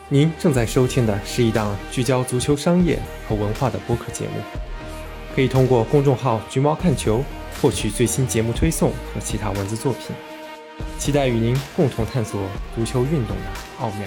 您正在收听的是一档聚焦足球商业和文化的播客节目，可以通过公众号“橘猫看球”获取最新节目推送和其他文字作品。期待与您共同探索足球运动的奥妙。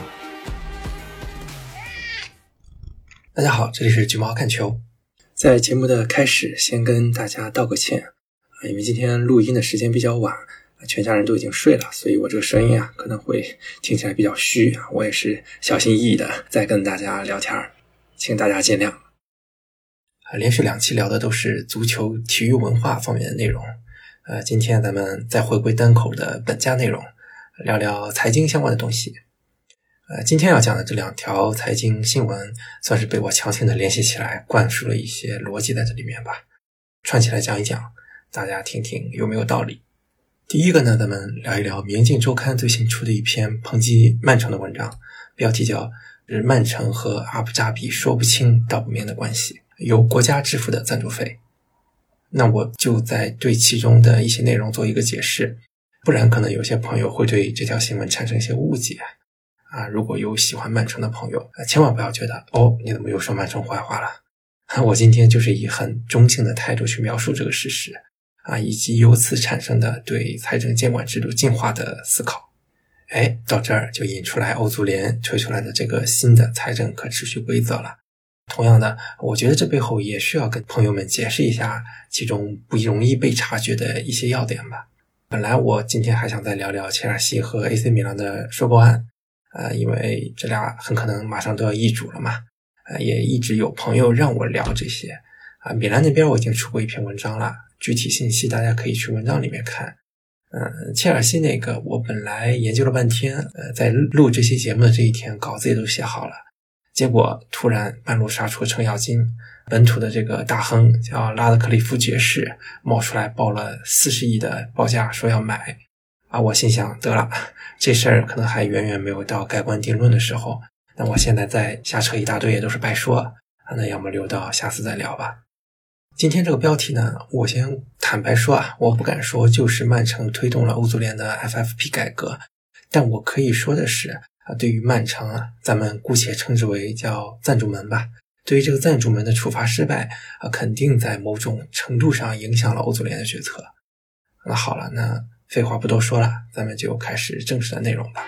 大家好，这里是橘猫看球。在节目的开始，先跟大家道个歉，因为今天录音的时间比较晚，全家人都已经睡了，所以我这个声音可能会听起来比较虚，我也是小心翼翼的在跟大家聊天，请大家见谅。连续2期聊的都是足球体育文化方面的内容，今天咱们再回归单口的本家内容，聊聊财经相关的东西。今天要讲的这2条财经新闻算是被我强行的联系起来，灌输了一些逻辑在这里面吧，串起来讲一讲，大家听听有没有道理。第一个呢，咱们聊一聊《明镜周刊》最新出的一篇抨击曼城的文章，标题叫《曼城和阿布扎比说不清道不明的关系，由国家支付的赞助费》。那我就在对其中的一些内容做一个解释，不然可能有些朋友会对这条新闻产生一些误解如果有喜欢曼城的朋友，千万不要觉得你怎么又说曼城坏话了。我今天就是以很中性的态度去描述这个事实以及由此产生的对财政监管制度进化的思考。到这儿就引出来欧足联推出来的这个新的财政可持续规则了。同样的，我觉得这背后也需要跟朋友们解释一下其中不容易被察觉的一些要点吧。本来我今天还想再聊聊切尔西和 AC 米兰的收购案，因为这俩很可能马上都要易主了嘛，也一直有朋友让我聊这些米兰那边我已经出过一篇文章了，具体信息大家可以去文章里面看。切尔西那个我本来研究了半天，在录这期节目的这一天稿子也都写好了，结果突然半路杀出程咬金，本土的这个大亨叫拉德克利夫爵士冒出来报了40亿的报价说要买我心想得了，这事儿可能还远远没有到盖棺定论的时候，那我现在再瞎扯一大堆也都是白说那要么留到下次再聊吧。今天这个标题呢，我先坦白说我不敢说就是曼城推动了欧足联的 FFP 改革，但我可以说的是对于曼城咱们姑且称之为叫赞助门吧，对于这个赞助门的处罚失败肯定在某种程度上影响了欧足联的决策。那好了，那废话不多说了，咱们就开始正式的内容吧。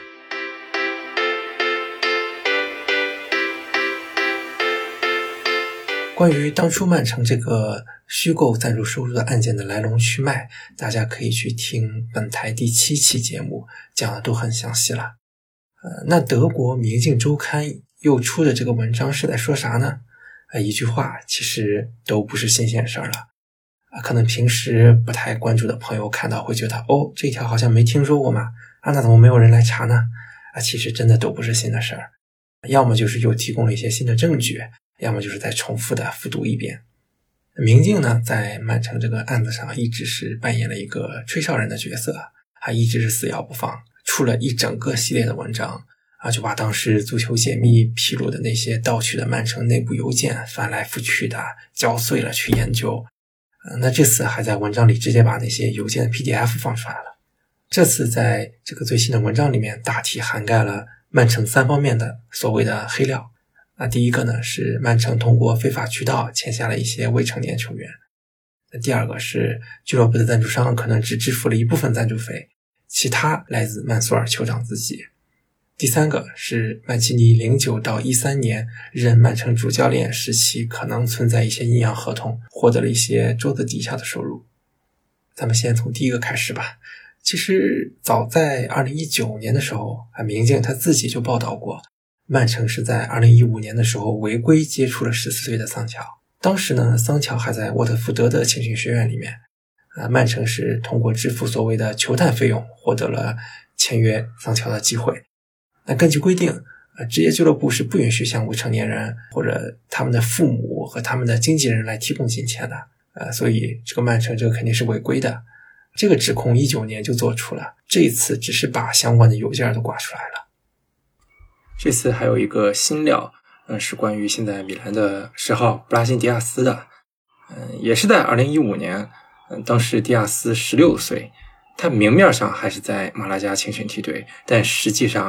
关于当初曼城这个虚构赞助收入的案件的来龙去脉，大家可以去听本台第7期节目，讲的都很详细了。那德国明镜周刊又出的这个文章是在说啥呢？一句话，其实都不是新鲜事儿了。可能平时不太关注的朋友看到会觉得这条好像没听说过嘛，那怎么没有人来查呢？其实真的都不是新的事儿，要么就是又提供了一些新的证据，要么就是在重复的复读一遍。明镜呢，在曼城这个案子上一直是扮演了一个吹哨人的角色，一直是死咬不放，出了一整个系列的文章就把当时足球解密披露的那些盗取的曼城内部邮件翻来覆去的嚼碎了去研究。那这次还在文章里直接把那些邮件的 PDF 放出来了。这次在这个最新的文章里面大体涵盖了曼城3方面的所谓的黑料。第一个呢是曼城通过非法渠道签下了一些未成年球员。第二个是俱乐部的赞助商可能只支付了一部分赞助费，其他来自曼索尔酋长自己。第三个是曼奇尼09到13年任曼城主教练时期可能存在一些阴阳合同，获得了一些桌子底下的收入。咱们先从第一个开始吧。其实早在2019年的时候明镜他自己就报道过，曼城是在2015年的时候违规接触了14岁的桑乔。当时呢，桑乔还在沃特福德的青训学院里面，曼城是通过支付所谓的球探费用获得了签约桑乔的机会。那根据规定，职业俱乐部是不允许向未成年人或者他们的父母和他们的经纪人来提供金钱的，所以这个曼城这个肯定是违规的。这个指控19年就做出了，这一次只是把相关的邮件都挂出来了。这次还有一个新料，是关于现在米兰的10号布拉辛迪亚斯的，也是在2015年，当时迪亚斯16岁，他明面上还是在马拉加青训梯队，但实际上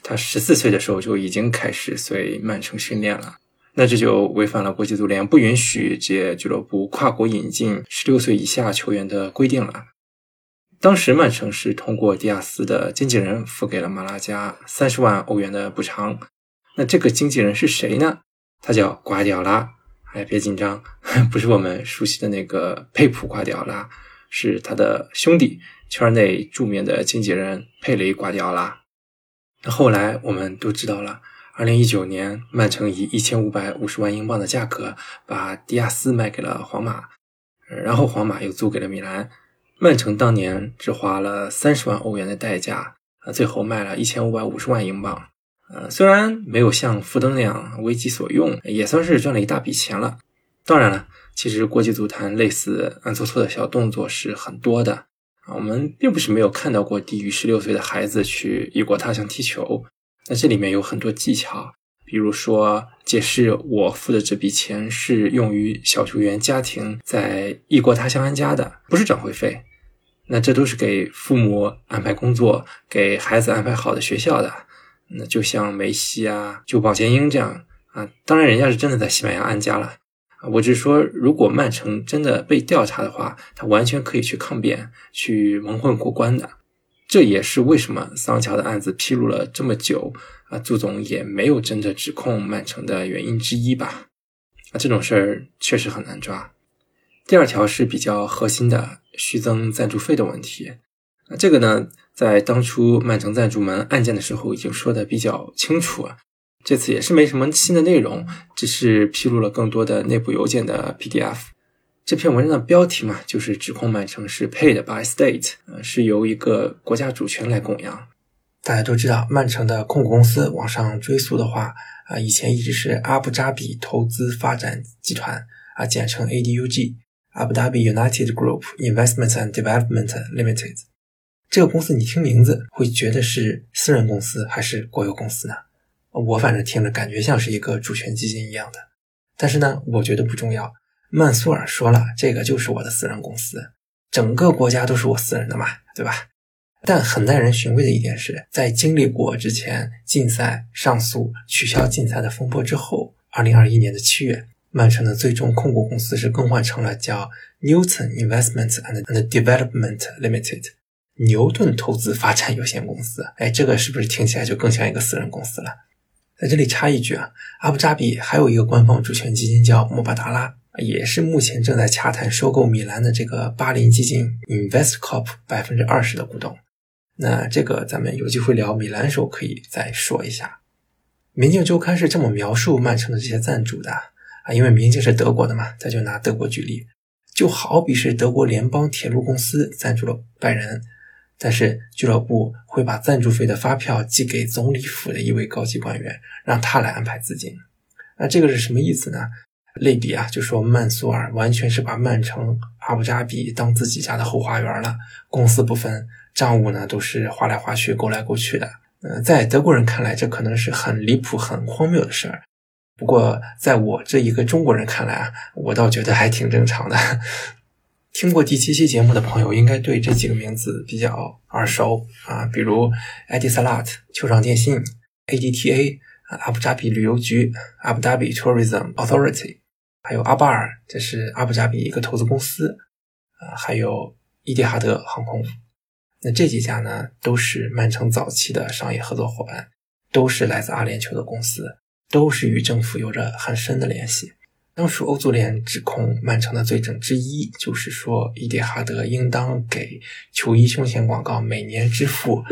他14岁的时候就已经开始随曼城训练了，那这就违反了国际足联不允许职业俱乐部跨国引进16岁以下球员的规定了。当时曼城是通过迪亚斯的经纪人付给了马拉加30万欧元的补偿。那这个经纪人是谁呢？他叫瓜迪奥拉。别紧张，不是我们熟悉的那个佩普瓜迪奥拉，是他的兄弟，圈内著名的经纪人佩雷瓜迪奥拉。那后来我们都知道了，2019年曼城以1550万英镑的价格把迪亚斯卖给了皇马，然后皇马又租给了米兰。曼城当年只花了30万欧元的代价，最后卖了1550万英镑。虽然没有像福登那样为己所用，也算是赚了一大笔钱了。当然了，其实国际足坛类似暗搓搓的小动作是很多的。我们并不是没有看到过低于16岁的孩子去异国他乡踢球，那这里面有很多技巧，比如说解释我付的这笔钱是用于小球员家庭在异国他乡安家的，不是转会费。那这都是给父母安排工作，给孩子安排好的学校的。那就像梅西啊、旧保洁英这样当然人家是真的在西班牙安家了。我只是说，如果曼城真的被调查的话，他完全可以去抗辩，去蒙混过关的。这也是为什么桑乔的案子披露了这么久祝总也没有真的指控曼城的原因之一吧。这种事儿确实很难抓。第二条是比较核心的虚增赞助费的问题。这个呢，在当初曼城赞助门案件的时候已经说得比较清楚了，这次也是没什么新的内容，只是披露了更多的内部邮件的 PDF。 这篇文章的标题嘛，就是指控曼城是 paid by state， 是由一个国家主权来供养。大家都知道，曼城的控股公司往上追溯的话以前一直是阿布扎比投资发展集团简称 ADUG， Abu Dhabi United Group Investment and Development Limited。这个公司你听名字会觉得是私人公司还是国有公司呢？我反正听着感觉像是一个主权基金一样的。但是呢，我觉得不重要。曼苏尔说了，这个就是我的私人公司，整个国家都是我私人的嘛，对吧？但很耐人寻味的一点是，在经历过之前禁赛、上诉、取消禁赛的风波之后，2021年的7月，曼城的最终控股公司是更换成了叫 Newton Investment and Development Limited，牛顿投资发展有限公司。这个是不是听起来就更像一个私人公司了？在这里插一句阿布扎比还有一个官方主权基金叫莫巴达拉，也是目前正在洽谈收购米兰的这个巴林基金 InvestCorp 20%的股东。那这个咱们有机会聊米兰时候可以再说一下。明镜周刊是这么描述曼城的这些赞助的因为明镜是德国的嘛，咱就拿德国举例，就好比是德国联邦铁路公司赞助了拜仁，但是俱乐部会把赞助费的发票寄给总理府的一位高级官员，让他来安排资金。那这个是什么意思呢？类比就说曼苏尔完全是把曼城、阿布扎比当自己家的后花园了，公私不分，账务呢都是划来划去、勾来勾去的。在德国人看来，这可能是很离谱、很荒谬的事儿。不过在我这一个中国人看来我倒觉得还挺正常的。听过第7期节目的朋友应该对这几个名字比较耳熟比如 Etisalat 酋长电信、 ADTA 阿布扎比旅游局、 Abu Dhabi Tourism Authority， 还有阿巴尔，这是阿布扎比一个投资公司还有伊蒂哈德航空。那这几家呢都是曼城早期的商业合作伙伴，都是来自阿联酋的公司，都是与政府有着很深的联系。当初欧足联指控曼城的罪证之一就是说伊蒂哈德应当给球衣胸前广告每年支付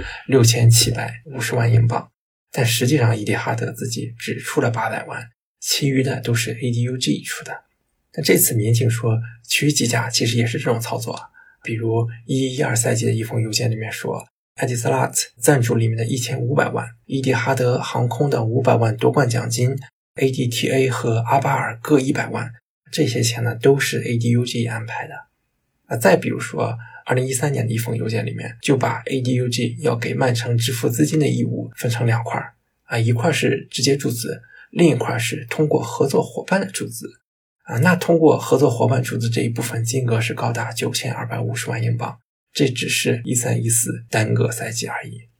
6750万英镑，但实际上伊蒂哈德自己只出了800万，其余的都是 ADUG 出的。但这次民警说其余几家其实也是这种操作，比如11-12赛季的一封邮件里面说Etisalat 赞助里面的1500万，伊蒂哈德航空的500万夺冠奖金， ADTA 和阿巴尔各100万，这些钱呢都是 ADUG 安排的。再比如说2013年的一封邮件里面就把 ADUG 要给曼城支付资金的义务分成2块一块是直接注资，另一块是通过合作伙伴的注资那通过合作伙伴注资这一部分金额是高达9250万英镑，这只是13-14单个赛季而已。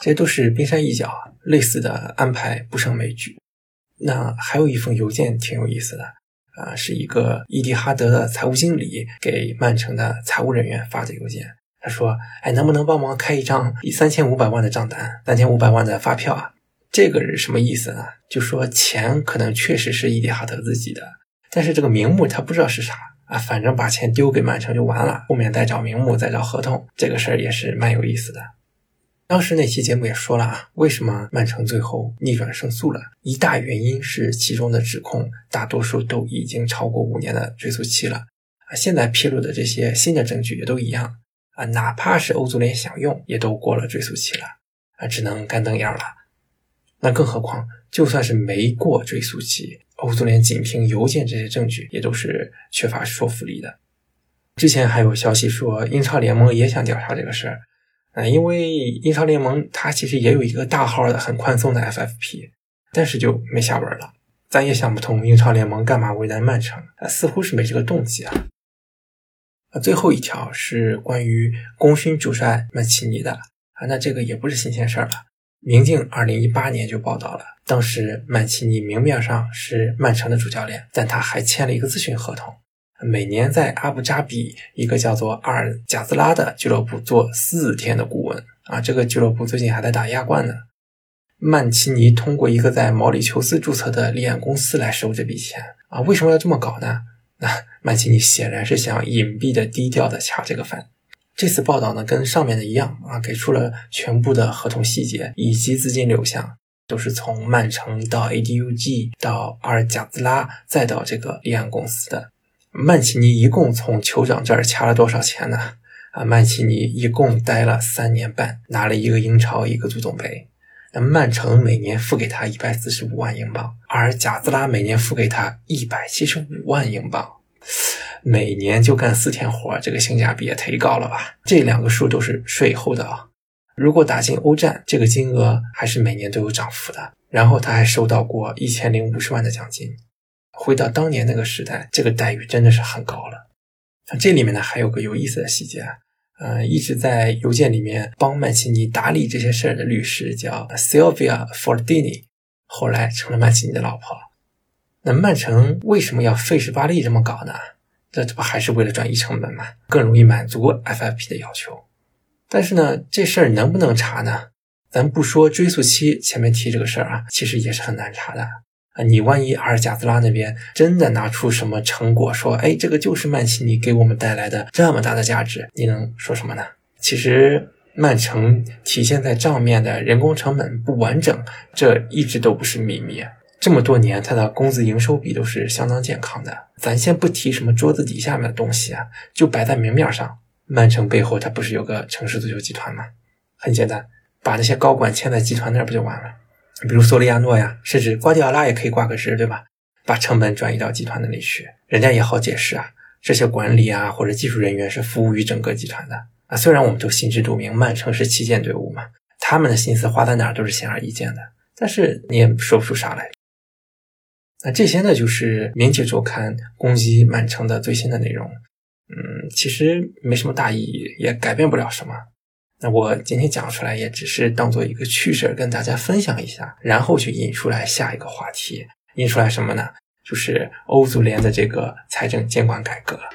这些都是冰山一角，类似的安排不胜枚举。那还有一封邮件挺有意思的，是一个伊蒂哈德的财务经理给曼城的财务人员发的邮件。他说，能不能帮忙开一张3500万的账单，3500万的发票啊？这个是什么意思呢？就说钱可能确实是伊蒂哈德自己的，但是这个名目他不知道是啥反正把钱丢给曼城就完了，后面再找名目再找合同，这个事儿也是蛮有意思的。当时那期节目也说了为什么曼城最后逆转胜诉了，一大原因是其中的指控大多数都已经超过5年的追诉期了现在披露的这些新的证据也都一样哪怕是欧足联想用也都过了追诉期了只能干瞪眼了。那更何况就算是没过追诉期，欧足联仅凭邮件这些证据也都是缺乏说服力的。之前还有消息说英超联盟也想调查这个事儿因为英超联盟它其实也有一个大号的很宽松的 FFP， 但是就没下文了。咱也想不通英超联盟干嘛为难曼城似乎是没这个动机最后一条是关于功勋主帅曼奇尼的那这个也不是新鲜事儿了。明镜2018年就报道了，当时曼奇尼明面上是曼城的主教练，但他还签了一个咨询合同，每年在阿布扎比一个叫做阿尔贾兹拉的俱乐部做4天的顾问这个俱乐部最近还在打亚冠呢。曼奇尼通过一个在毛里求斯注册的立案公司来收这笔钱为什么要这么搞呢？曼奇尼显然是想隐蔽的低调的恰这个饭。这次报道呢跟上面的一样给出了全部的合同细节以及资金流向，都是从曼城到 ADUG 到阿尔贾兹拉再到这个立案公司的。曼奇尼一共从酋长这儿掐了多少钱呢？曼奇尼一共待了3年半，拿了一个英超一个足总杯。曼城每年付给他145万英镑，阿尔贾兹拉每年付给他175万英镑，每年就干4天活，这个性价比也忒高了吧。这2个数都是税后的如果打进欧战，这个金额还是每年都有涨幅的。然后他还收到过1050万的奖金。回到当年那个时代，这个待遇真的是很高了。这里面呢还有个有意思的细节一直在邮件里面帮曼奇尼打理这些事儿的律师叫 Silvia Fordini， 后来成了曼奇尼的老婆。那曼城为什么要费时巴力这么搞呢？这不还是为了转移成本吗？更容易满足 FFP 的要求。但是呢，这事儿能不能查呢？咱不说追诉期前面提这个事儿其实也是很难查的你万一阿尔贾兹拉那边真的拿出什么成果说这个就是曼奇尼给我们带来的这么大的价值，你能说什么呢？其实曼城体现在账面的人工成本不完整，这一直都不是秘密这么多年它的工资营收比都是相当健康的。咱先不提什么桌子底下面的东西就摆在明面上，曼城背后它不是有个城市足球集团吗？很简单，把那些高管签在集团那儿不就完了？比如索利亚诺呀，甚至瓜迪奥拉也可以挂个职，对吧？把成本转移到集团那里去，人家也好解释这些管理或者技术人员是服务于整个集团的虽然我们都心知肚明曼城是旗舰队伍嘛，他们的心思花在哪儿都是显而易见的，但是你也说不出啥来。那这些呢就是民企周刊攻击曼城的最新的内容其实没什么大意义，也改变不了什么。那我今天讲出来也只是当做一个趣事跟大家分享一下，然后去引出来下一个话题。引出来什么呢？就是欧足联的这个财政监管改革。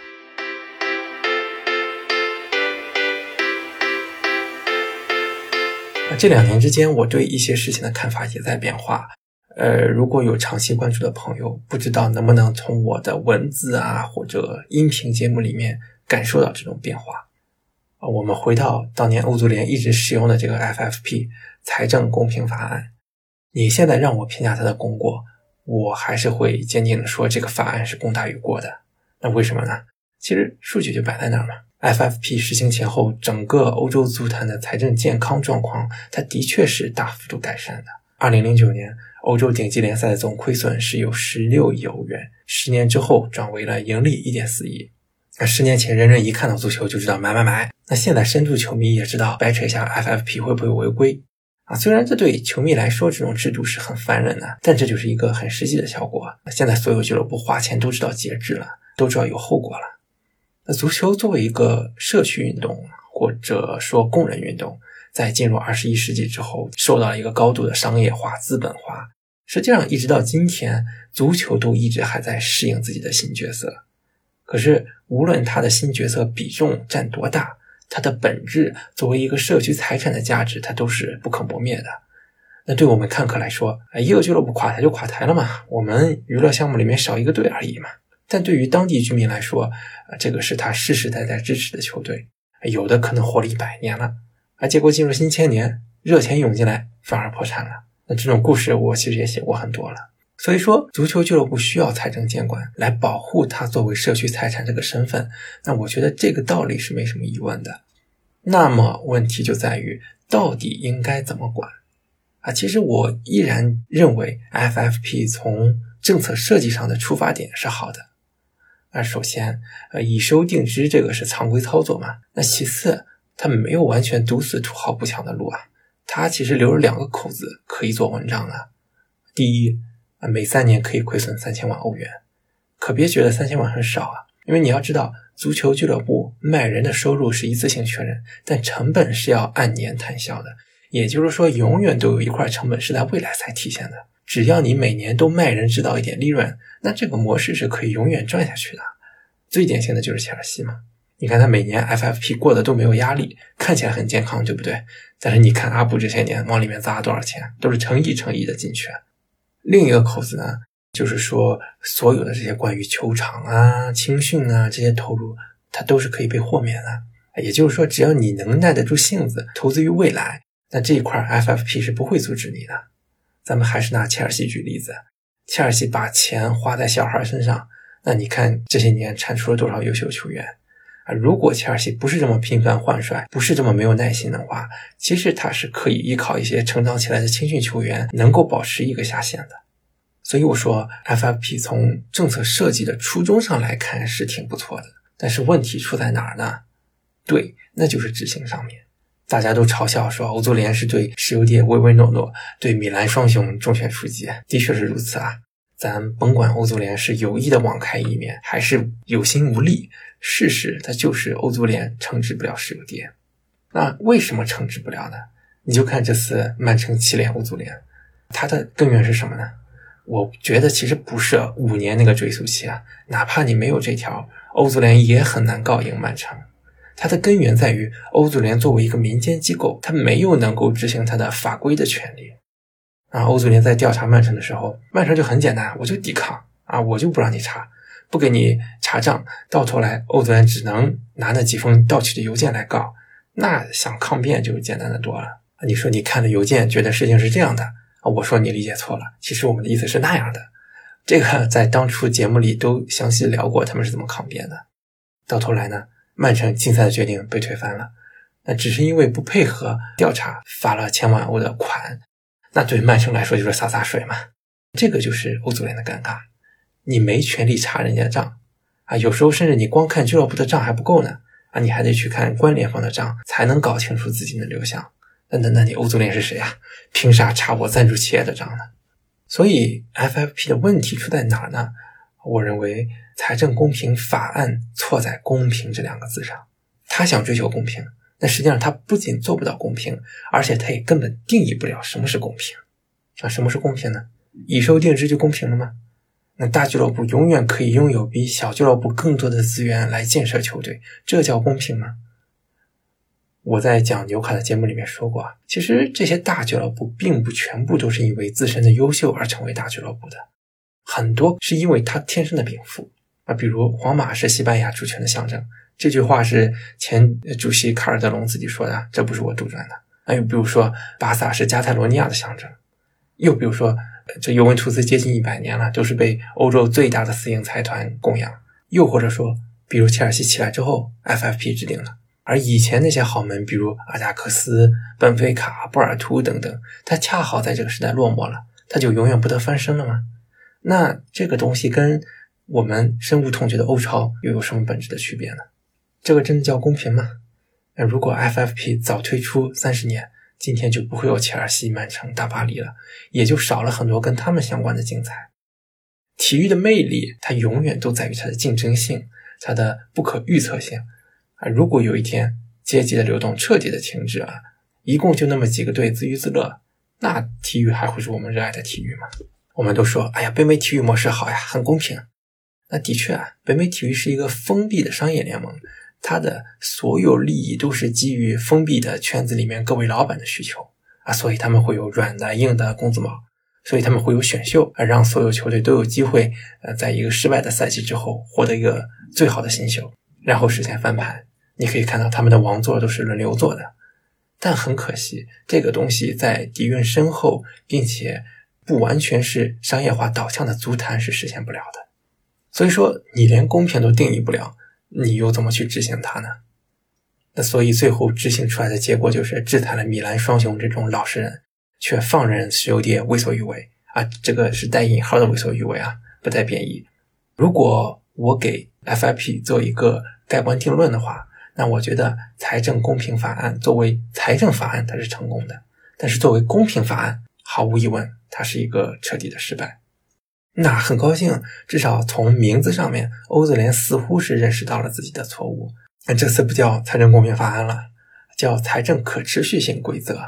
这2年之间我对一些事情的看法也在变化。如果有长期关注的朋友，不知道能不能从我的文字或者音频节目里面感受到这种变化。我们回到当年欧足联一直使用的这个 FFP 财政公平法案，你现在让我评价它的功过，我还是会坚定的说这个法案是功大于过的。那为什么呢？其实数据就摆在那儿嘛。FFP 实行前后，整个欧洲足坛的财政健康状况它的确是大幅度改善的。2009年欧洲顶级联赛的总亏损是有16亿欧元，10年之后转为了盈利 1.4 亿。10年前人人一看到足球就知道买，那现在深度球迷也知道掰扯一下 FFP 会不会违规虽然这对球迷来说这种制度是很烦人的，但这就是一个很实际的效果。现在所有俱乐部花钱都知道节制了，都知道有后果了。那足球作为一个社区运动或者说工人运动， 在进入21世纪之后受到了一个高度的商业化、资本化。实际上一直到今天，足球都一直还在适应自己的新角色。可是无论它的新角色比重占多大，它的本质作为一个社区财产的价值，它都是不可磨灭的。那对我们看客来说，一个俱乐部垮台就垮台了嘛，我们娱乐项目里面少一个队而已嘛。但对于当地居民来说，这个是他世世代代支持的球队，有的可能活了100年了，结果进入新千年，热钱涌进来反而破产了。那这种故事我其实也写过很多了。所以说足球俱乐部需要财政监管来保护它作为社区财产这个身份，那我觉得这个道理是没什么疑问的。那么问题就在于到底应该怎么管其实我依然认为 FFP 从政策设计上的出发点是好的。首先以收定支这个是常规操作嘛，那其次它没有完全堵死土豪不强的路它其实留了2个口子可以做文章第一，每3年可以亏损3000万欧元，可别觉得3000万很少因为你要知道足球俱乐部卖人的收入是一次性确认，但成本是要按年摊销的，也就是说永远都有一块成本是在未来才体现的。只要你每年都卖人制造一点利润，那这个模式是可以永远赚下去的。最典型的就是切尔西嘛，你看他每年 FFP 过得都没有压力，看起来很健康，对不对？但是你看阿布这些年往里面砸多少钱，都是成亿的进去。另一个口子呢，就是说所有的这些关于球场青训这些投入，它都是可以被豁免的。也就是说只要你能耐得住性子，投资于未来，那这一块 FFP 是不会阻止你的。咱们还是拿切尔西举例子，切尔西把钱花在小孩身上，那你看这些年产出了多少优秀球员如果切尔西不是这么频繁换帅，不是这么没有耐心的话，其实他是可以依靠一些成长起来的青训球员能够保持一个下限的。所以我说 FFP 从政策设计的初衷上来看是挺不错的，但是问题出在哪儿呢？对，那就是执行上面。大家都嘲笑说欧足联是对石油爹唯唯诺诺，对米兰双雄重拳出击，的确是如此咱甭管欧足联是有意的网开一面还是有心无力，事实它就是欧足联惩治不了石油爹。那为什么惩治不了呢？你就看这次曼城7连欧足联，它的根源是什么呢？我觉得其实不是5年那个追溯期哪怕你没有这条，欧足联也很难告赢曼城。它的根源在于欧足联作为一个民间机构，它没有能够执行它的法规的权利。欧足联在调查曼城的时候，曼城就很简单，我就抵抗我就不让你查，不给你查账，到头来欧足联只能拿那几封盗取的邮件来告，那想抗辩就简单的多了。你说你看了邮件觉得事情是这样的，我说你理解错了，其实我们的意思是那样的。这个在当初节目里都详细聊过他们是怎么抗辩的。到头来呢，曼城禁赛的决定被推翻了，那只是因为不配合调查罚了1000万欧的款，那对曼城来说就是洒水嘛。这个就是欧足联的尴尬，你没权利查人家的账有时候甚至你光看俱乐部的账还不够呢你还得去看关联方的账才能搞清楚资金的流向。那你欧足联是谁凭啥查我赞助企业的账呢？所以 FFP 的问题出在哪儿呢？我认为财政公平法案错在公平这2个字上。他想追求公平，但实际上他不仅做不到公平，而且他也根本定义不了什么是公平什么是公平呢？以收定支就公平了吗？那大俱乐部永远可以拥有比小俱乐部更多的资源来建设球队，这叫公平吗？我在讲纽卡的节目里面说过其实这些大俱乐部并不全部都是因为自身的优秀而成为大俱乐部的，很多是因为他天生的禀赋比如皇马是西班牙主权的象征，这句话是前主席卡尔德隆自己说的，这不是我杜撰的。又比如说巴萨是加泰罗尼亚的象征，又比如说这尤文图斯接近100年了，都是被欧洲最大的私营财团供养。又或者说比如切尔西起来之后 FFP 制定了，而以前那些豪门比如阿贾克斯、本菲卡、波尔图等等，它恰好在这个时代落寞了，它就永远不得翻身了吗？那这个东西跟我们深恶痛绝的欧超又有什么本质的区别呢？这个真的叫公平吗？如果 FFP 早推出30年，今天就不会有切尔西、曼城、大巴黎了，也就少了很多跟他们相关的精彩。体育的魅力它永远都在于它的竞争性，它的不可预测性如果有一天阶级的流动彻底的停止一共就那么几个队自娱自乐，那体育还会是我们热爱的体育吗？我们都说哎呀，北美体育模式好呀，很公平。那的确啊，北美体育是一个封闭的商业联盟，它的所有利益都是基于封闭的圈子里面各位老板的需求啊，所以他们会有软的硬的工资帽，所以他们会有选秀，让所有球队都有机会在一个失败的赛季之后获得一个最好的新秀，然后实现翻盘。你可以看到他们的王座都是轮流坐的，但很可惜，这个东西在底蕴深厚并且不完全是商业化导向的足坛是实现不了的。所以说你连公平都定义不了，你又怎么去执行它呢？那所以最后执行出来的结果就是制裁了米兰双雄这种老实人，却放任石油跌为所欲为啊，这个是带引号的为所欲为啊，不带贬义。如果我给 FIP 做一个盖棺定论的话，那我觉得财政公平法案作为财政法案它是成功的，但是作为公平法案毫无疑问它是一个彻底的失败。那很高兴，至少从名字上面欧足联似乎是认识到了自己的错误，这次不叫财政公平法案了，叫财政可持续性规则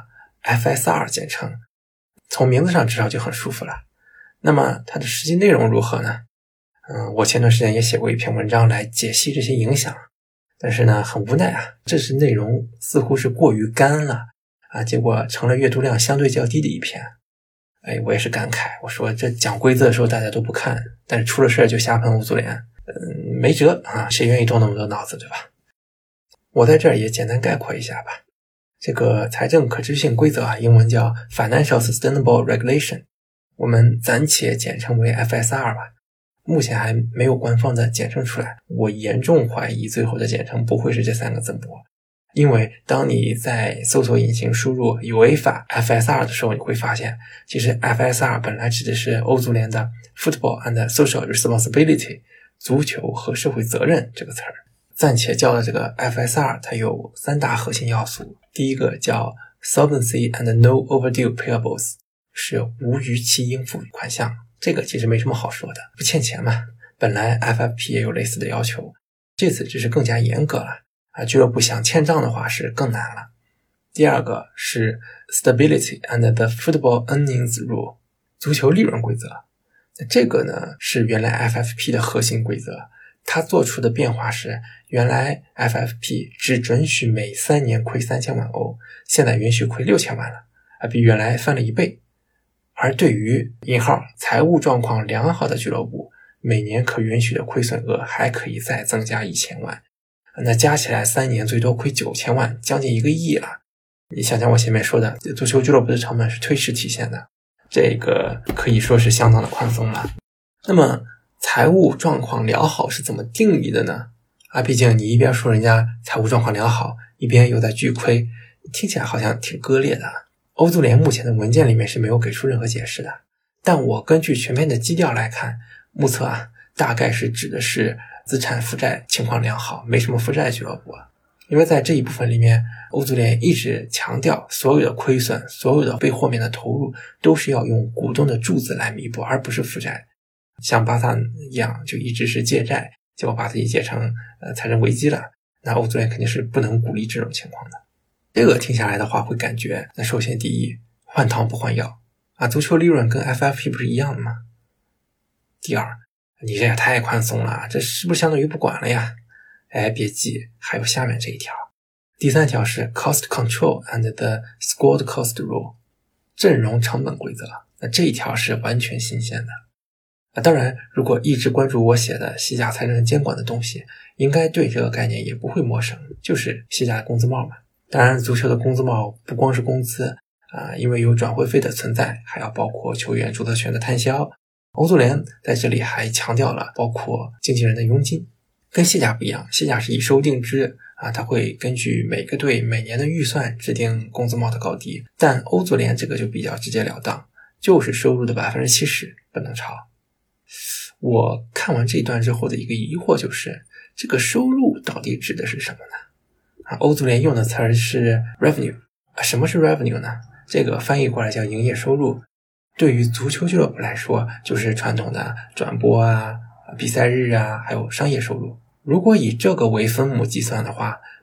FSR 简称，从名字上至少就很舒服了。那么它的实际内容如何呢？我前段时间也写过一篇文章来解析这些影响，但是呢很无奈啊，这次内容似乎是过于干了啊，结果成了阅读量相对较低的一篇。我也是感慨，我说这讲规则的时候大家都不看，但是出了事就瞎喷欧足联，没辙啊，谁愿意动那么多脑子，对吧？我在这儿也简单概括一下吧。这个财政可持续性规则啊，英文叫 Financial Sustainable Regulation， 我们暂且简称为 FSR 吧。目前还没有官方的简称出来，我严重怀疑最后的简称不会是这3个字母。因为当你在搜索引擎输入 UEFA FSR 的时候，你会发现其实 FSR 本来指的是欧足联的 Football and Social Responsibility 足球和社会责任这个词儿。暂且叫的这个 FSR 它有3大核心要素，第一个叫 Solvency and No Overdue Payables， 是无逾期应付款项，这个其实没什么好说的，不欠钱嘛，本来 FFP 也有类似的要求，这次只是更加严格了俱乐部想欠账的话是更难了。第二个是 Stability and the Football Earnings Rule， 足球利润规则。这个呢是原来 FFP 的核心规则，它做出的变化是原来 FFP 只准许每3年亏3000万欧，现在允许亏6000万了比原来翻了1倍。而对于引号财务状况良好的俱乐部，每年可允许的亏损额还可以再增加1000万，那加起来3年最多亏9000万，将近1个亿了。你想想我前面说的足球俱乐部的成本是推迟体现的，这个可以说是相当的宽松了。那么财务状况良好是怎么定义的呢？毕竟你一边说人家财务状况良好，一边又在巨亏，听起来好像挺割裂的。欧足联目前的文件里面是没有给出任何解释的，但我根据全篇的基调来看，目测大概是指的是资产负债情况良好，没什么负债俱乐部因为在这一部分里面，欧足联一直强调所有的亏损，所有的被豁免的投入都是要用股东的注资来弥补，而不是负债。像巴萨一样就一直是借债，结果把自己借成财政危机了，那欧足联肯定是不能鼓励这种情况的。这个听下来的话会感觉，那首先第一，换汤不换药足球利润跟 FFP 不是一样的吗？第二，你这也太宽松了，这是不是相当于不管了呀？别急，还有下面这一条。第3条是 Cost Control and the Squad Cost Rule， 阵容成本规则。那这一条是完全新鲜的。当然，如果一直关注我写的西甲财政监管的东西，应该对这个概念也不会陌生，就是西甲的工资帽嘛。当然，足球的工资帽不光是工资因为有转会费的存在，还要包括球员注册权的摊销。欧足联在这里还强调了包括经纪人的佣金。跟西甲不一样，西甲是以收定制它会根据每个队每年的预算制定工资帽的高低，但欧足联这个就比较直截了当，就是收入的 70% 不能超。我看完这一段之后的一个疑惑就是，这个收入到底指的是什么呢？欧足联用的词儿是 revenue， 什么是 revenue 呢？这个翻译过来叫营业收入。对于足球俱乐部来说，就是传统的转播比赛日还有商业收入。如果以这个为分母计算的话，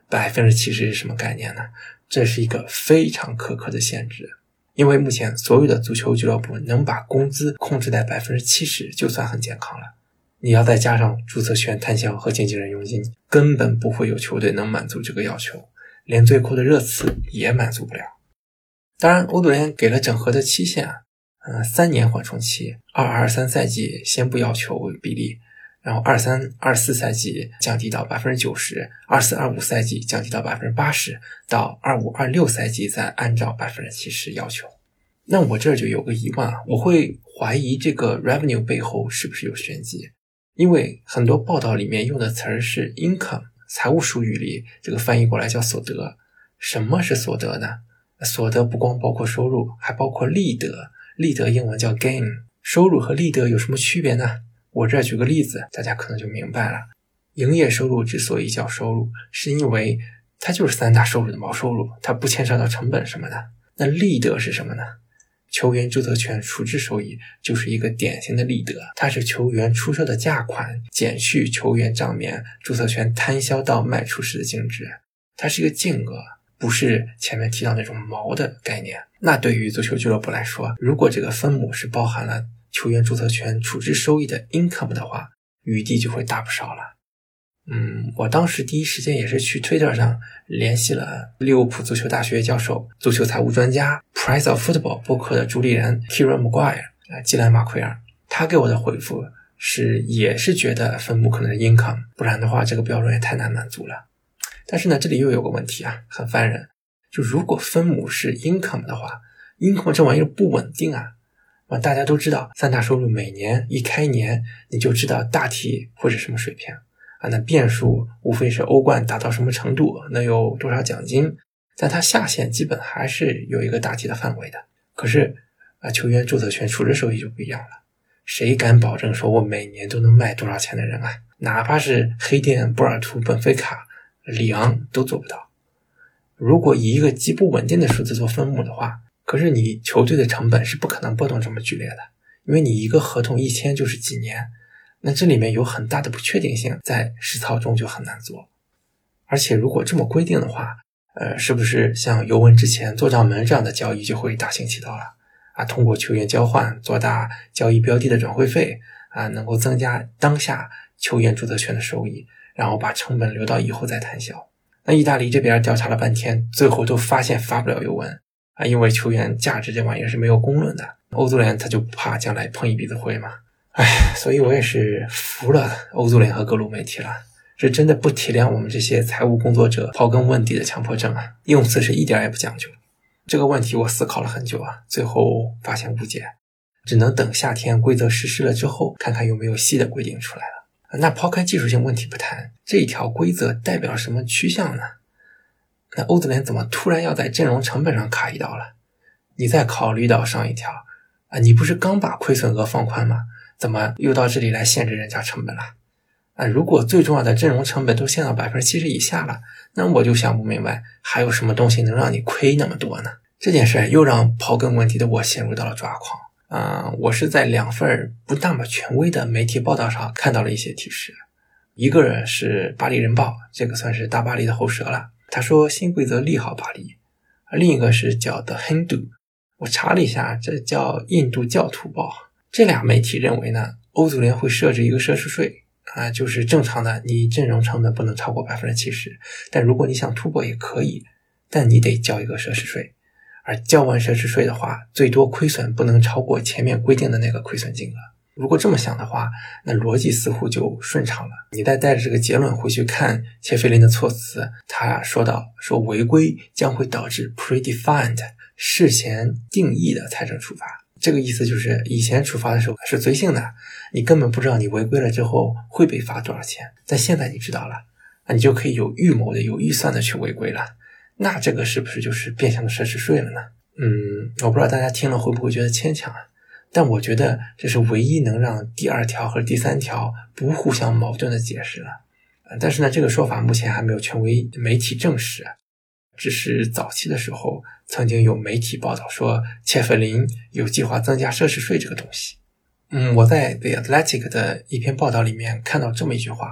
70%是什么概念呢？这是一个非常苛刻的限制，因为目前所有的足球俱乐部能把工资控制在70%就算很健康了。你要再加上注册权摊销和经纪人佣金，根本不会有球队能满足这个要求，连最酷的热刺也满足不了。当然欧足联给了整合的期限3年缓冲期，22-23赛季先不要求比例，然后23-24赛季降低到 90%，24-25 赛季降低到 80%， 到25-26赛季再按照 70% 要求。那我这就有个疑问我会怀疑这个 revenue 背后是不是有玄机，因为很多报道里面用的词儿是 income， 财务术语里这个翻译过来叫所得。什么是所得呢？所得不光包括收入，还包括利得，利得英文叫 gain。 收入和利得有什么区别呢？我这举个例子，大家可能就明白了。营业收入之所以叫收入，是因为它就是3大收入的毛收入，它不牵涉到成本什么的。那利得是什么呢？球员注册权处置收益就是一个典型的利得，它是球员出售的价款减去球员账面注册权摊销到卖出时的净值，它是一个净额，不是前面提到那种毛的概念。那对于足球俱乐部来说，如果这个分母是包含了球员注册权处置收益的 income 的话，余地就会大不少了。我当时第一时间也是去 Twitter 上联系了利物浦足球大学教授、足球财务专家 Price of Football 播客的主理人 Kieran Maguire 基兰马奎尔，他给我的回复是也是觉得分母可能是 income， 不然的话这个标准也太难满足了。但是呢，这里又有个问题很烦人，就如果分母是 income 的话， income 这玩意儿不稳定大家都知道3大收入每年一开年你就知道大体会是什么水平那变数无非是欧冠达到什么程度，能有多少奖金，但它下限基本还是有一个大体的范围的。可是球员注册权处置收益就不一样了，谁敢保证说我每年都能卖多少钱的人哪怕是黑店、波尔图、本菲卡、里昂都做不到。如果以一个极不稳定的数字做分母的话，可是你球队的成本是不可能波动这么剧烈的，因为你一个合同一签就是几年，那这里面有很大的不确定性，在实操中就很难做。而且如果这么规定的话，是不是像尤文之前做账门这样的交易就会大行其道了通过球员交换做大交易标的的转会费能够增加当下球员注册权的收益，然后把成本留到以后再摊销。那意大利这边调查了半天，最后都发现发不了尤文因为球员价值这玩意儿是没有公论的，欧足联他就不怕将来碰一鼻子灰嘛。所以我也是服了欧足联和各路媒体了，这真的不体谅我们这些财务工作者刨根问底的强迫症用词是一点也不讲究。这个问题我思考了很久最后发现无解，只能等夏天规则实施了之后，看看有没有细的规定出来了。那抛开技术性问题不谈，这一条规则代表什么趋向呢？那欧足联怎么突然要在阵容成本上卡一刀了？你再考虑到上一条你不是刚把亏损额放宽吗？怎么又到这里来限制人家成本了？如果最重要的阵容成本都限到 70% 以下了，那我就想不明白还有什么东西能让你亏那么多呢？这件事又让刨根问底的我陷入到了抓狂我是在2份不那么权威的媒体报道上看到了一些提示。一个是巴黎人报，这个算是大巴黎的喉舌了，他说新规则利好巴黎。另一个是叫 The Hindu， 我查了一下，这叫印度教徒报。这俩媒体认为呢，欧足联会设置一个奢侈税就是正常的你阵容成本不能超过 70%， 但如果你想突破也可以，但你得交一个奢侈税，而交完奢侈税的话，最多亏损不能超过前面规定的那个亏损金额。如果这么想的话，那逻辑似乎就顺畅了。你再带着这个结论回去看切菲林的措辞，他说违规将会导致 predefined 事前定义的财政处罚。这个意思就是以前处罚的时候是随性的，你根本不知道你违规了之后会被罚多少钱，但现在你知道了，那你就可以有预谋的有预算的去违规了。那这个是不是就是变相的奢侈税了呢？我不知道大家听了会不会觉得牵强但我觉得这是唯一能让第2条和第3条不互相矛盾的解释了。但是呢，这个说法目前还没有权威媒体证实，只是早期的时候曾经有媒体报道说切菲林有计划增加奢侈税这个东西。我在 The Athletic 的一篇报道里面看到这么一句话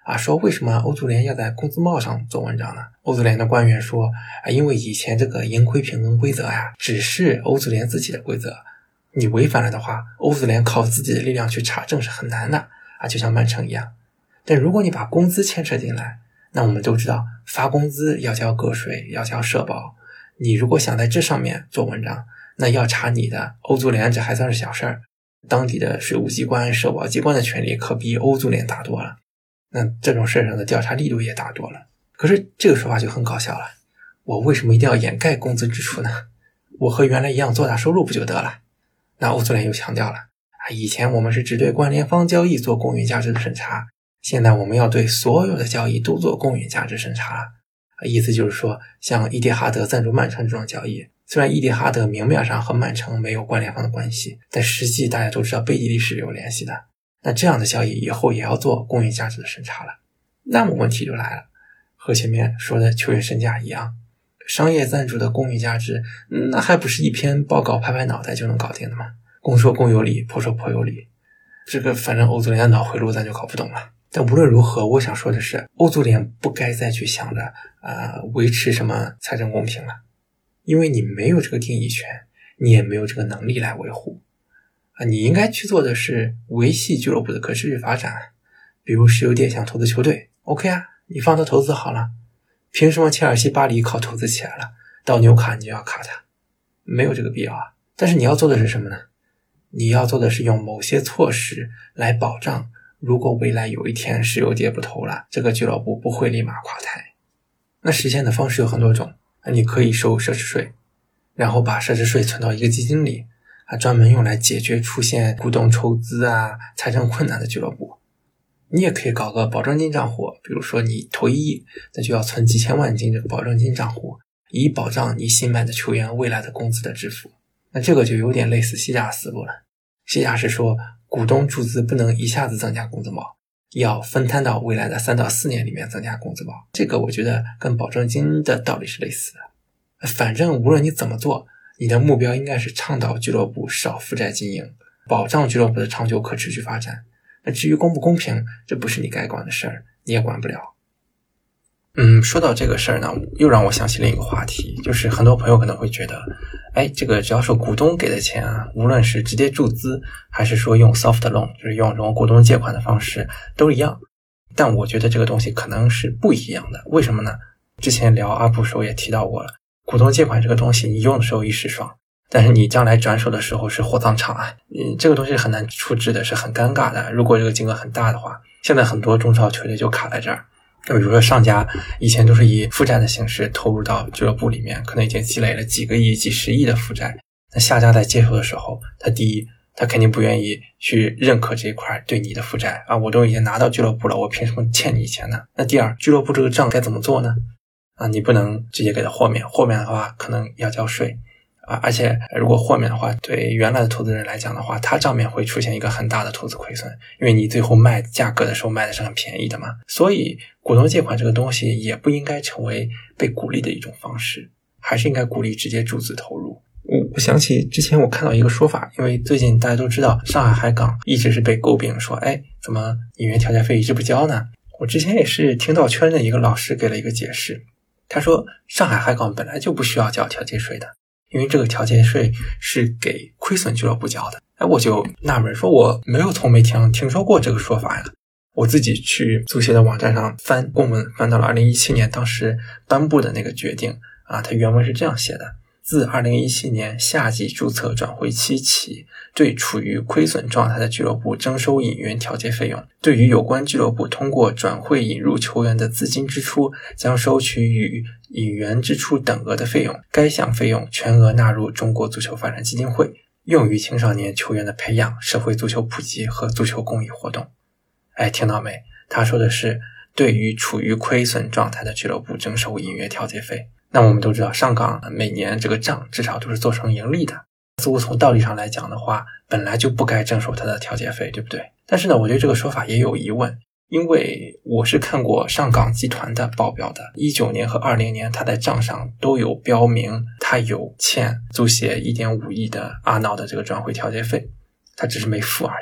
说为什么欧足联要在工资帽上做文章呢？欧足联的官员说因为以前这个盈亏平衡规则只是欧足联自己的规则，你违反了的话，欧足联靠自己的力量去查证是很难的就像曼城一样。但如果你把工资牵扯进来，那我们都知道发工资要交个税，要交社保，你如果想在这上面做文章，那要查你的欧足联这还算是小事儿，当地的税务机关、社保机关的权力可比欧足联大多了，那这种事上的调查力度也大多了。可是这个说法就很搞笑了，我为什么一定要掩盖工资支出呢？我和原来一样做大收入不就得了？那欧足联又强调了以前我们是只对关联方交易做公允价值的审查，现在我们要对所有的交易都做公允价值审查了。意思就是说，像伊蒂哈德赞助曼城这种交易，虽然伊蒂哈德明面上和曼城没有关联方的关系，但实际大家都知道背地里是有联系的。那这样的交易以后也要做公允价值的审查了。那么问题就来了，和前面说的球员身价一样，商业赞助的公允价值，那还不是一篇报告拍拍脑袋就能搞定的吗？公说公有理，婆说婆有理，这个反正欧足联的脑回路咱就搞不懂了。但无论如何，我想说的是，欧足联不该再去想着维持什么财政公平了，因为你没有这个定义权，你也没有这个能力来维护你应该去做的是维系俱乐部的可持续发展。比如石油店想投资球队 OK 你放他投资好了，凭什么切尔西、巴黎靠投资起来了，到纽卡你就要卡他？没有这个必要但是你要做的是什么呢？你要做的是用某些措施来保障，如果未来有一天石油跌不投了，这个俱乐部不会立马垮台。那实现的方式有很多种，你可以收奢侈税，然后把奢侈税存到一个基金里专门用来解决出现股东筹资财政困难的俱乐部。你也可以搞个保证金账户，比如说你投1亿，那就要存几千万进这个保证金账户，以保障你新买的球员未来的工资的支付。那这个就有点类似西甲思路了。西甲是说股东注资不能一下子增加工资帽，要分摊到未来的3到4年里面增加工资帽。这个我觉得跟保证金的道理是类似的。反正无论你怎么做，你的目标应该是倡导俱乐部少负债经营，保障俱乐部的长久可持续发展。那至于公不公平，这不是你该管的事儿，你也管不了。说到这个事儿呢，又让我想起另一个话题，就是很多朋友可能会觉得，这个只要是股东给的钱无论是直接注资，还是说用 soft loan， 就是用这种股东借款的方式，都一样。但我觉得这个东西可能是不一样的。为什么呢？之前聊阿布时候也提到过了，股东借款这个东西，你用的时候一时爽，但是你将来转手的时候是火葬场这个东西很难处置的，是很尴尬的。如果这个金额很大的话，现在很多中超球队就卡在这儿。比如说上家以前都是以负债的形式投入到俱乐部里面，可能已经积累了几个亿、几十亿的负债。那下家在接手的时候，他第一，他肯定不愿意去认可这一块对你的负债我都已经拿到俱乐部了，我凭什么欠你钱呢？那第二，俱乐部这个账该怎么做呢？你不能直接给他豁免的话可能要交税而且如果豁免的话，对原来的投资人来讲的话，他账面会出现一个很大的投资亏损，因为你最后卖价格的时候卖的是很便宜的嘛。所以股东借款这个东西也不应该成为被鼓励的一种方式，还是应该鼓励直接注资投入。我想起之前我看到一个说法，因为最近大家都知道上海海港一直是被诟病说怎么引援调解费一直不交呢？我之前也是听到圈的一个老师给了一个解释，他说上海海港本来就不需要交调解税的，因为这个调解税是给亏损俱乐部交的。我就纳闷说，我从媒体上听说过这个说法呀。我自己去足协的网站上翻公文，翻到了2017年当时颁布的那个决定它原文是这样写的：自2017年夏季注册转会期起，对处于亏损状态的俱乐部征收引援调节费用，对于有关俱乐部通过转会引入球员的资金支出，将收取与引援支出等额的费用，该项费用全额纳入中国足球发展基金会，用于青少年球员的培养、社会足球普及和足球公益活动。听到没？他说的是对于处于亏损状态的俱乐部征收引援调节费。那我们都知道上港每年这个账至少都是做成盈利的，似乎从道理上来讲的话，本来就不该征收它的调节费，对不对？但是呢，我对这个说法也有疑问，因为我是看过上港集团的报表的，19年和20年他在账上都有标明他有欠足协 1.5 亿的阿瑙的这个转会调节费，他只是没付而已。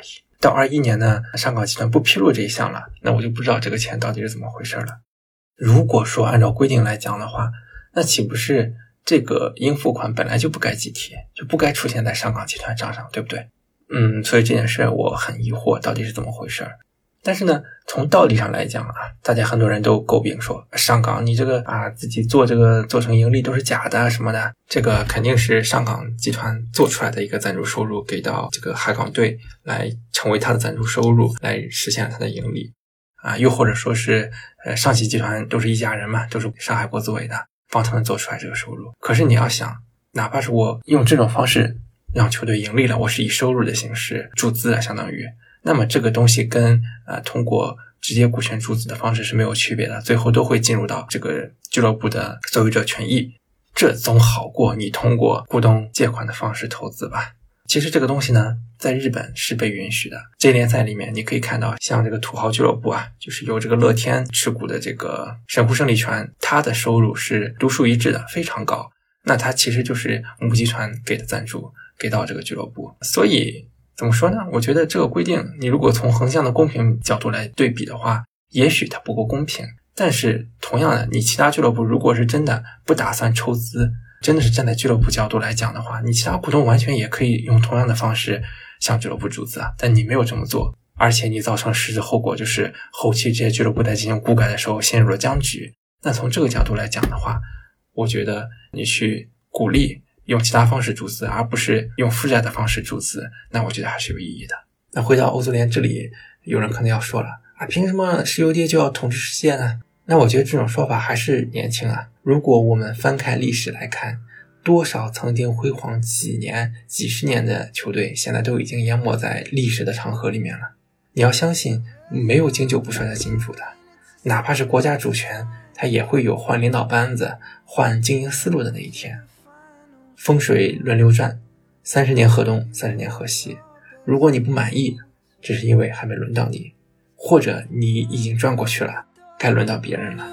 到21年呢，上港集团不披露这一项了，那我就不知道这个钱到底是怎么回事了。如果说按照规定来讲的话，那岂不是这个应付款本来就不该计提，就不该出现在上港集团账上，对不对？所以这件事我很疑惑到底是怎么回事。但是呢，从道理上来讲大家很多人都诟病说上港你这个自己做成盈利都是假的什么的，这个肯定是上港集团做出来的一个赞助收入给到这个海港队来成为他的赞助收入，来实现他的盈利又或者说是上汽集团都是一家人嘛，都是上海国资委的，帮他们做出来这个收入。可是你要想，哪怕是我用这种方式让球队盈利了，我是以收入的形式注资相当于，那么这个东西跟通过直接股权注资的方式是没有区别的，最后都会进入到这个俱乐部的所有者权益，这总好过你通过股东借款的方式投资吧。其实这个东西呢，在日本是被允许的。J 联赛里面你可以看到，像这个土豪俱乐部就是由这个乐天持股的这个神户胜利船，它的收入是独树一帜的，非常高。那它其实就是母集团给的赞助，给到这个俱乐部。所以怎么说呢？我觉得这个规定，你如果从横向的公平角度来对比的话，也许它不够公平。但是同样的，你其他俱乐部如果是真的不打算抽资，真的是站在俱乐部角度来讲的话，你其他股东完全也可以用同样的方式向俱乐部注资但你没有这么做，而且你造成实质后果就是后期这些俱乐部在进行股改的时候陷入了僵局。那从这个角度来讲的话，我觉得你去鼓励用其他方式注资，而不是用负债的方式注资，那我觉得还是有意义的。那回到欧足联这里，有人可能要说了凭什么石油爹就要统治世界呢？那我觉得这种说法还是年轻如果我们翻开历史来看，多少曾经辉煌几年几十年的球队现在都已经淹没在历史的长河里面了。你要相信没有经久不衰的金主的，哪怕是国家主权，它也会有换领导班子换经营思路的那一天。风水轮流转，30年河东30年河西，如果你不满意，这是因为还没轮到你，或者你已经转过去了，该轮到别人了。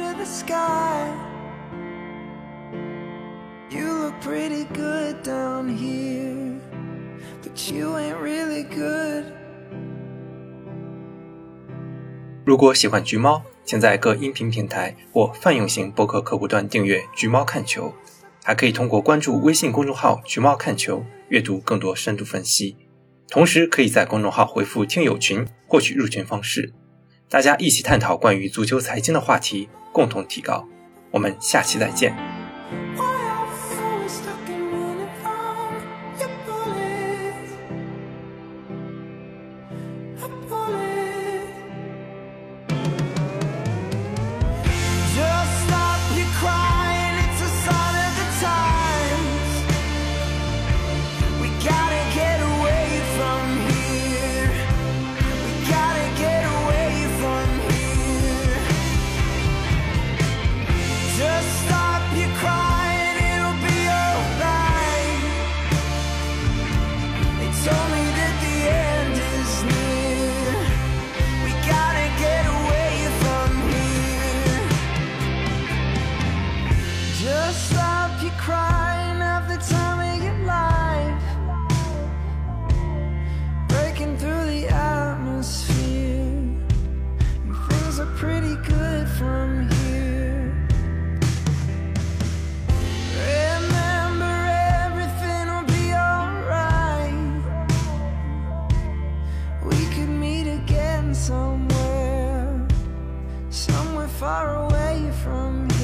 如果喜欢橘猫，请在各音频平台或泛用型播客客户端订阅橘猫看球，还可以通过关注微信公众号橘猫看球阅读更多深度分析，同时可以在公众号回复听友群获取入群方式，大家一起探讨关于足球财经的话题，共同提高。我们下期再见。 Pretty good from here. Remember, everything will be alright. We could meet again somewhere far away from here.